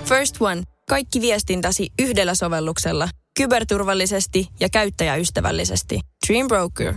First One. Kaikki viestintäsi yhdellä sovelluksella. Kyberturvallisesti ja käyttäjäystävällisesti. Dream Broker.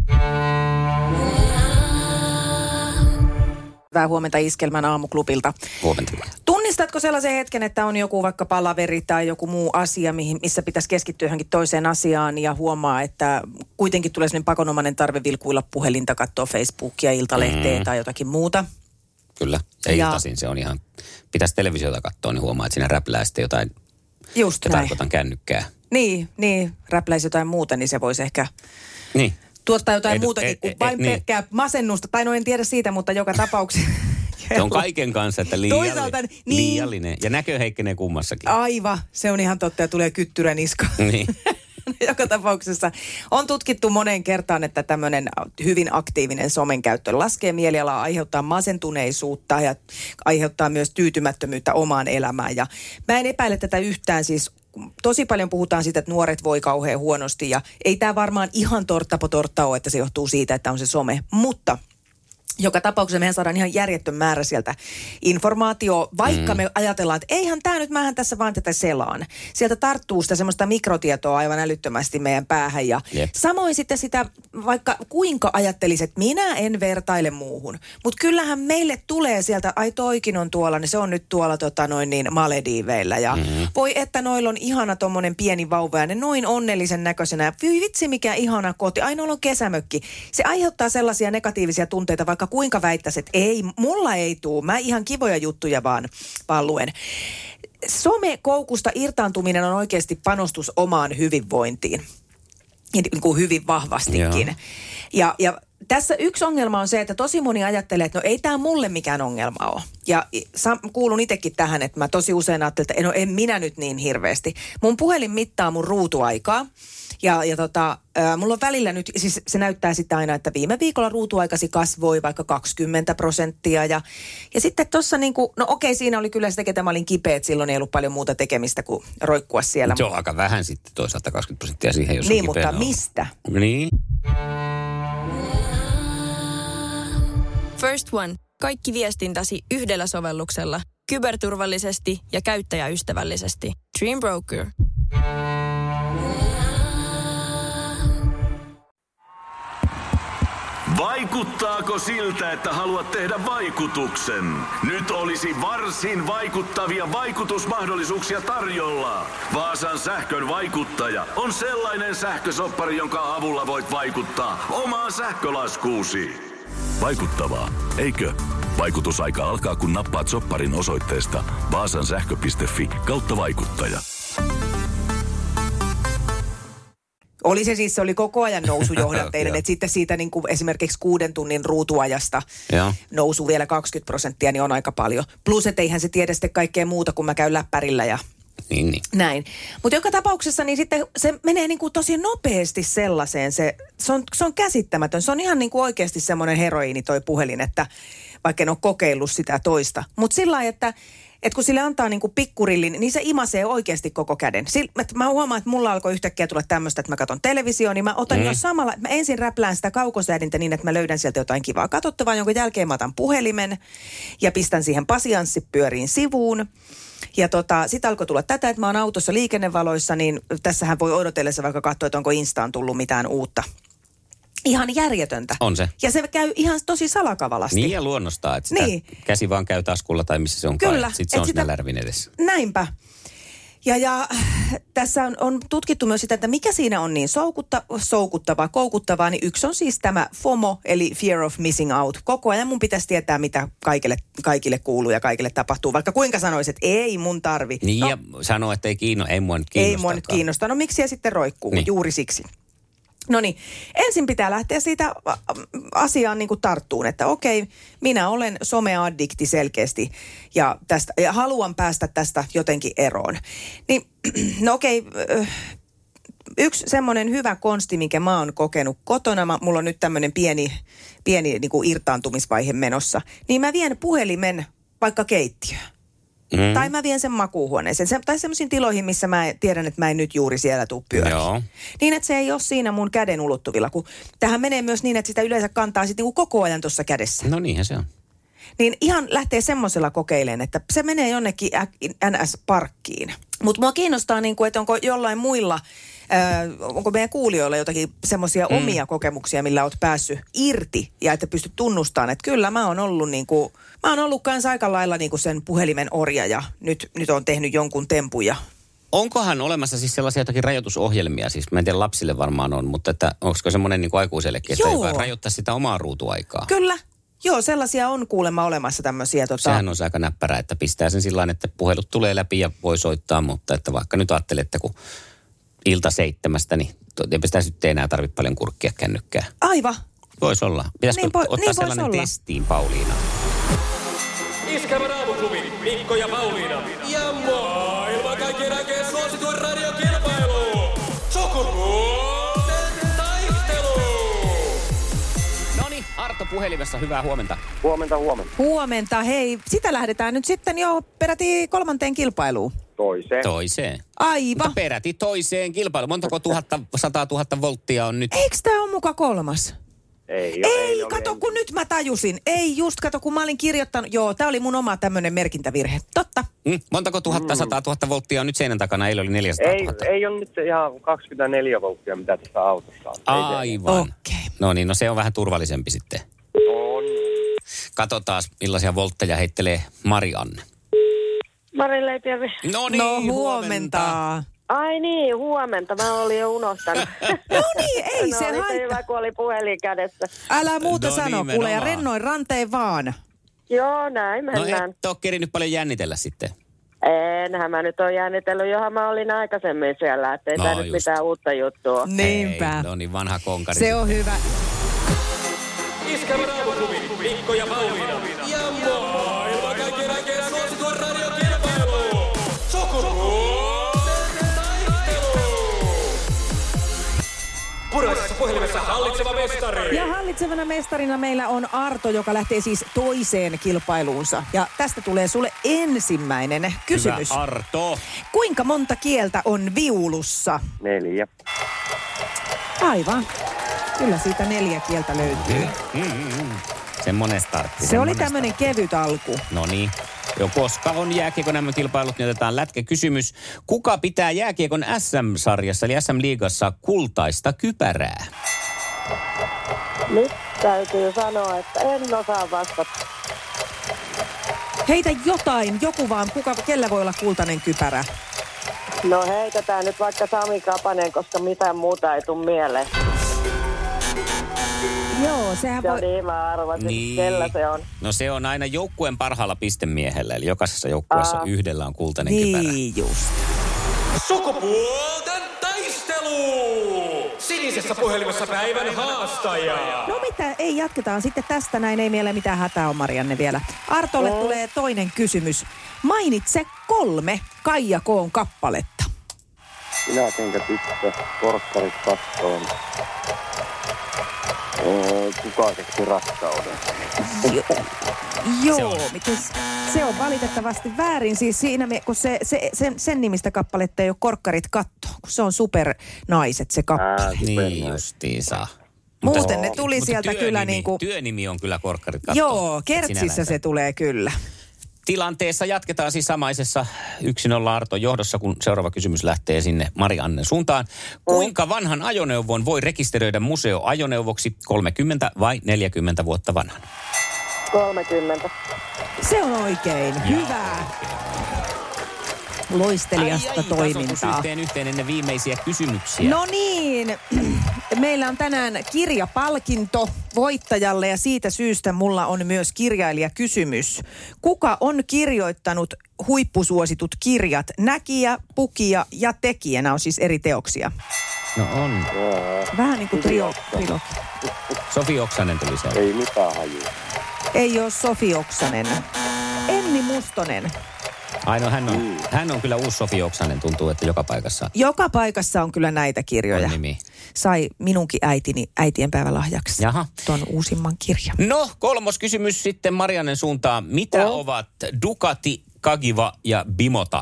Hyvää huomenta Iskelmän aamuklubilta. Huomenta. Tunnistatko sellaisen hetken, että on joku vaikka palaveri tai joku muu asia, missä pitäisi keskittyä johonkin toiseen asiaan ja huomaa, että kuitenkin tulee sellainen pakonomainen tarve vilkuilla puhelinta, katsoa Facebookia, Iltalehteä tai jotakin muuta? Kyllä. Ja iltaisin se on ihan, pitäisi televisiota katsoa, niin huomaa, että siinä räplää sitten jotain, just ja näin. tarkoitan kännykkää. Niin, räpläisi jotain muuta, niin se voisi ehkä tuottaa jotain muutakin kuin vain pelkkää masennusta. Tai no en tiedä siitä, mutta joka tapauksessa. Se on kaiken kanssa, että liiallinen. Ja näkö heikkenee kummassakin. Aivan, se on ihan totta ja tulee kyttyrä niskaan. Niin. Joka tapauksessa on tutkittu moneen kertaan, että tämmöinen hyvin aktiivinen somen käyttö laskee mielialaa, aiheuttaa masentuneisuutta ja aiheuttaa myös tyytymättömyyttä omaan elämään. Ja mä en epäile tätä yhtään, siis tosi paljon puhutaan siitä, että nuoret voi kauhean huonosti ja ei tämä varmaan ihan tortta ole, että se johtuu siitä, että on se some, mutta joka tapauksessa mehän saadaan ihan järjetön määrä sieltä informaatio, vaikka me ajatellaan, että eihän tämä nyt, mähän tässä vaan tätä selaan. Sieltä tarttuu sitä semmoista mikrotietoa aivan älyttömästi meidän päähän ja samoin sitten sitä, vaikka kuinka ajattelisit, että minä en vertaile muuhun. Mutta kyllähän meille tulee sieltä, ai toikin on tuolla, niin se on nyt tuolla Malediiveillä ja voi että noilla on ihana tommonen pieni vauva ja ne noin onnellisen näköisenä. Vitsi mikä ihana koti, ai noilla on kesämökki. Se aiheuttaa sellaisia negatiivisia tunteita, vaikka kuinka väittäisi, että ei, mulla ei tule. Mä ihan kivoja juttuja vaan luen. Somekoukusta irtaantuminen on oikeasti panostus omaan hyvinvointiin. Niin kuin hyvin vahvastikin. Ja tässä yksi ongelma on se, että tosi moni ajattelee, että no ei tämä mulle mikään ongelma ole. Ja kuulun itsekin tähän, että mä tosi usein ajattelen, että no en minä nyt niin hirveästi. Mun puhelin mittaa mun ruutuaikaa. Ja mulla on välillä nyt, siis se näyttää sitä aina, että viime viikolla ruutuaikasi kasvoi vaikka 20%. Ja sitten tuossa niinku, no okei, siinä oli kyllä se tekee, että mä olin kipeä, että silloin ei ollut paljon muuta tekemistä kuin roikkua siellä. Se on aika vähän sitten toisaalta 20% siihen, jos niin, on kipeä. Mutta mistä? Niin. First One. Kaikki viestintäsi yhdellä sovelluksella. Kyberturvallisesti ja käyttäjäystävällisesti. Dream Broker. Vaikuttaako siltä, että haluat tehdä vaikutuksen? Nyt olisi varsin vaikuttavia vaikutusmahdollisuuksia tarjolla. Vaasan sähkön vaikuttaja on sellainen sähkösoppari, jonka avulla voit vaikuttaa omaan sähkölaskuusi. Vaikuttavaa, eikö? Vaikutusaika alkaa, kun nappaat sopparin osoitteesta vaasansähkö.fi/vaikuttaja. Se oli koko ajan nousujohdanteinen, että sitten siitä niin kuin esimerkiksi 6 tunnin ruutuajasta nousu vielä 20%, niin on aika paljon. Plus, että eihän se tiedä sitten kaikkea muuta, kun mä käyn läppärillä ja niin. näin. Mutta joka tapauksessa niin sitten se menee niin kuin tosi nopeasti sellaiseen, se on käsittämätön. Se on ihan niin kuin oikeasti semmoinen heroiini toi puhelin, että vaikka en ole kokeillut sitä toista. Mutta sillä lailla, että kun sille antaa niinku pikkurillin, niin se imasee oikeasti koko käden. Mä huomaan, että mulla alkoi yhtäkkiä tulla tämmöistä, että mä katson televisioon, niin mä otan jo samalla, mä ensin räplään sitä kaukosäädintä niin, että mä löydän sieltä jotain kivaa katsottavaa, jonka jälkeen mä otan puhelimen ja pistän siihen pasianssipyöriin sivuun. Ja sitten alkoi tulla tätä, että mä oon autossa liikennevaloissa, niin tässähän voi odotellessa vaikka katsoa, että onko Instaan tullut mitään uutta. Ihan järjetöntä. On se. Ja se käy ihan tosi salakavalasti. Niin ja luonnostaan, että sitä käsi vaan käy taskulla tai missä se onkaan. Kyllä. Sitten se on siinä lärvin edessä. Näinpä. Ja tässä on tutkittu myös sitä, että mikä siinä on niin koukuttavaa, niin yksi on siis tämä FOMO, eli Fear of Missing Out. Koko ajan mun pitäisi tietää, mitä kaikille kuuluu ja kaikille tapahtuu, vaikka kuinka sanoisit, että ei mun tarvi. Niin ja sanoo, että ei mua nyt kiinnosta. Ei mua nyt kiinnosta. No miksi ja sitten roikkuu? Niin. Juuri siksi. No niin, ensin pitää lähteä siitä asiaan niin kuin tarttuun, että okei, minä olen someaddikti selkeästi ja haluan päästä tästä jotenkin eroon. Niin, no okei, yksi semmoinen hyvä konsti, minkä mä oon kokenut kotona, mulla on nyt tämmöinen pieni niin kuin irtaantumisvaihe menossa, niin mä vien puhelimen vaikka keittiöön. Tai mä vien sen makuuhuoneeseen. Tai semmoisiin tiloihin, missä mä tiedän, että mä en nyt juuri siellä tuu pyöriin. Niin, että se ei ole siinä mun käden ulottuvilla. Kun tähän menee myös niin, että sitä yleensä kantaa sitten niinku koko ajan tuossa kädessä. No niinhän se on. niin ihan lähtee semmoisella kokeilemaan, että se menee jonnekin NS-parkkiin. Mutta mua kiinnostaa, niin kuin, että onko jollain muilla, onko meidän kuulijoilla jotakin semmoisia omia kokemuksia, millä oot päässyt irti ja että pystyt tunnustamaan, että kyllä mä oon ollut niin kuin, mä oon ollut kans aika lailla niin kuin sen puhelimen orja ja nyt on tehnyt jonkun tempuja. Onkohan olemassa siis sellaisia jotakin rajoitusohjelmia, siis mä en tiedä lapsille varmaan on, mutta että onko semmoinen niin kuin aikuisellekin, että joka rajoittaa sitä omaa ruutuaikaa? Kyllä. Joo, sellaisia on kuulemma olemassa tämmöisiä. Sehän on aika näppärä, että pistää sen sillain, että puhelut tulee läpi ja voi soittaa, mutta että vaikka nyt ajattelette, kun ilta 7, niin eipä sitä sitten enää tarvitse paljon kurkkia kännykkää. Aivan. Voisi olla. Pitäisikö ottaa niin sellainen olla testiin, Pauliina? Iskävä Raamuklubi, Mikko ja Pauliina. Ja maailman kaikkien aikeen suosituen radiokilpailu. Sukupuolten taistelu. Noniin, Arto puhelimessa, hyvää huomenta. Huomenta. Huomenta, hei. Sitä lähdetään nyt sitten jo peräti 3. kilpailuun. Toiseen. Aivan. Mutta peräti toiseen kilpailuun. Montako 100 000 volttia on nyt? Eikö tää ole muka 3? Ei, kato kun nyt mä tajusin. Ei just, kato kun mä olin kirjoittanut. Joo, tää oli mun oma tämmönen merkintävirhe. Totta. Montako 100 000 volttia on nyt seinän takana? Eilen oli 400 000. Ei ole nyt ihan 24 volttia, mitä tässä autossa on. Aivan. Okei. No niin, no se on vähän turvallisempi sitten. On. Katsotaan, millaisia voltteja heittelee Marianne. Mari Leipjärvi. No niin, No huomenta. Ai niin, huomenta. Mä olin jo unohtanut. No niin, ei no, se oli haittaa. hyvä, kun oli puhelin kädessä. Älä muuta No sano, nimenomaan. kuule, ja rennoin ranteen vaan. Joo, näin No mennään. et ole kerinyt paljon jännitellä sitten. Enhän mä nyt ole jännitellyt, johon mä olin aikaisemmin siellä, että ei No tää nyt just. mitään uutta juttua. Niinpä. Ei, no niin, vanha konkari. Se on hyvä. Iskävä Raamuklubi, Mikko ja Pauliina. Ja maailman kaikkien aikeen suosituen radiokilpailu. Sukupuolten taistelu. Puraisessa puhelimessa hallitseva mestari. Ja hallitsevana mestarina meillä on Arto, joka lähtee siis toiseen kilpailuunsa. Ja tästä tulee sulle ensimmäinen kysymys. Hyvä Arto. Kuinka monta kieltä on viulussa? 4. Aivan. Kyllä siitä 4 kieltä löytyy. Semmonen startti. Se oli tämmönen kevyt alku. No niin. Jo koska on jääkiekon MM-kilpailut, niin otetaan lätkäkysymys. Kuka pitää jääkiekon SM-sarjassa, eli SM-liigassa, kultaista kypärää? Nyt täytyy sanoa, että en osaa vastata. Heitä jotain, joku vaan, kellä voi olla kultainen kypärä? No heitetään nyt vaikka Sami Kapanen, koska mitään muuta ei tule mieleen. Joo, sehän Ja voi... niin mä arvasin, kellä se on. No se on aina joukkueen parhaalla pistemiehellä, eli jokaisessa joukkueessa yhdellä on kultainen kypärä. Niin just. Sukupuolten taistelu. Sinisessä puhelimessa päivän haastaja. No mitä, ei jatketaan sitten tästä näin, ei meillä mitään hätää on Marianne vielä. Artolle tulee toinen kysymys. Mainitse 3 Kaija K:n kappaletta. Minä kenkä tyttö, korkkarit kattoon. Kuka keksi rakkauden? Joo, se on valitettavasti väärin. Siis siinä, kun sen nimistä kappaletta ei ole Korkkarit katto, kun se on Supernaiset se kappale. Niin justiinsa. Muuten ne tuli sieltä kyllä niinku... Työnimi on kyllä Korkkarit katto. Joo, Kertsissä se tulee kyllä. Tilanteessa jatketaan siis samaisessa 1-0 Arton johdossa, kun seuraava kysymys lähtee sinne Mariannen suuntaan. Kuinka vanhan ajoneuvon voi rekisteröidä museoajoneuvoksi, 30 vai 40 vuotta vanhan? 30. Se on oikein. Hyvä. Loisteliasta toimintaa. Yhteen ennen viimeisiä kysymyksiä. No niin, meillä on tänään kirjapalkinto voittajalle ja siitä syystä mulla on myös kirjailijakysymys. Kuka on kirjoittanut huippusuositut kirjat Näkijä, Pukija ja Tekijä? Nämä on siis eri teoksia. No on. Vähän niin kuin trilogi. Sofi Oksanen tuli sieltä. Ei mitään hajua. Ei ole Sofi Oksanen. Enni Mustonen. Ai no hän on kyllä uusi Sofi Oksanen, tuntuu, että joka paikassa Joka paikassa on kyllä näitä kirjoja. on nimi. Sai minunkin äitini äitienpäivälahjaksi Jaha. tuon uusimman kirjan. No, 3. kysymys sitten Mariannen suuntaan. Mitä ovat Ducati, Kagiwa ja Bimota?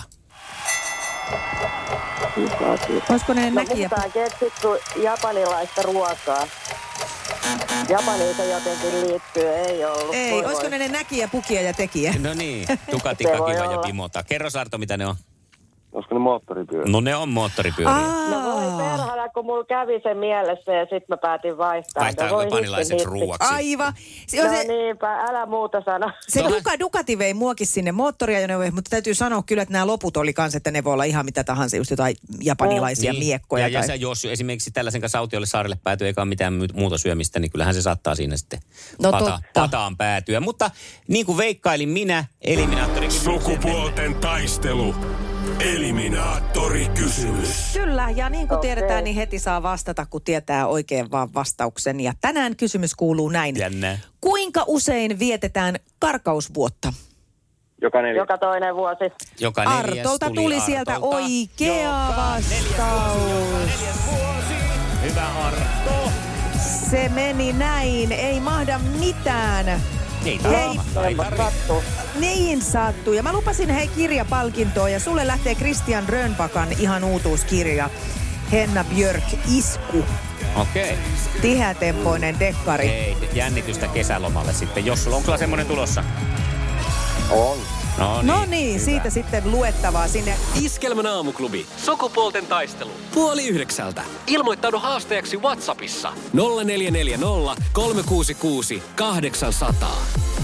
Olisiko ne No näkijä? puhutaan keksitty japanilaista ruokaa. Japaniin se jotenkin liittyy, ei ollut. Ei, olisiko ne näkijä, pukia ja tekijä? No niin, Ducati, Se voi Kakiva ja olla. Pimota. Kerro Arto, mitä ne on? Olisiko ne moottoripyörä? No ne on moottoripyöriä. No voi perhana, kun mulla kävi se mielessä ja sitten mä päätin vaihtaa. Vaihtaa No voi japanilaiseksi hitsi. ruuaksi. Aivan. No niinpä, älä muuta sano. Se Ducati vei muokin sinne moottoriajoneuvoihin, mutta täytyy sanoa kyllä, että nämä loput oli kans, että ne voi olla ihan mitä tahansa, just jotain japanilaisia miekkoja. Ja sä, jos esimerkiksi tällaisen kanssa autiolle saarelle päätyy eikä ole mitään muuta syömistä, niin kyllähän se saattaa siinä sitten pataan päätyä. Mutta niin kuin veikkailin minä, eliminaattori. Sukupuolten taistelu. Eliminaattori-kysymys. Kyllä, ja niin kuin tiedetään, niin heti saa vastata, kun tietää oikein vaan vastauksen. Ja tänään kysymys kuuluu näin. Jännää. Kuinka usein vietetään karkausvuotta? Joka toinen vuosi. Joka neljäs Artolta tuli sieltä oikea vastaus. Neljäs vuosi. Hyvä Arto. Se meni näin, ei mahda mitään. Ei Sattuu. Niin sattuu. Ja mä lupasin kirjapalkintoa ja sulle lähtee Christian Rönnbakan ihan uutuuskirja. Henna Björk, Isku. Okei. Tiheätempoinen dekkari. Ei, jännitystä kesälomalle sitten. Jos sulla on kyllä semmoinen tulossa. On. No niin, hyvä. siitä sitten luettavaa sinne. Iskelmän aamuklubi. Sukupuolten taistelu. 8:30. Ilmoittaudu haastajaksi WhatsAppissa. 0440 366 800.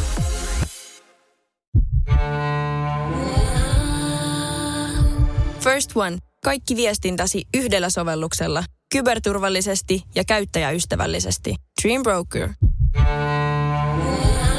First One. Kaikki viestintäsi yhdellä sovelluksella. Kyberturvallisesti ja käyttäjäystävällisesti. Dream Broker.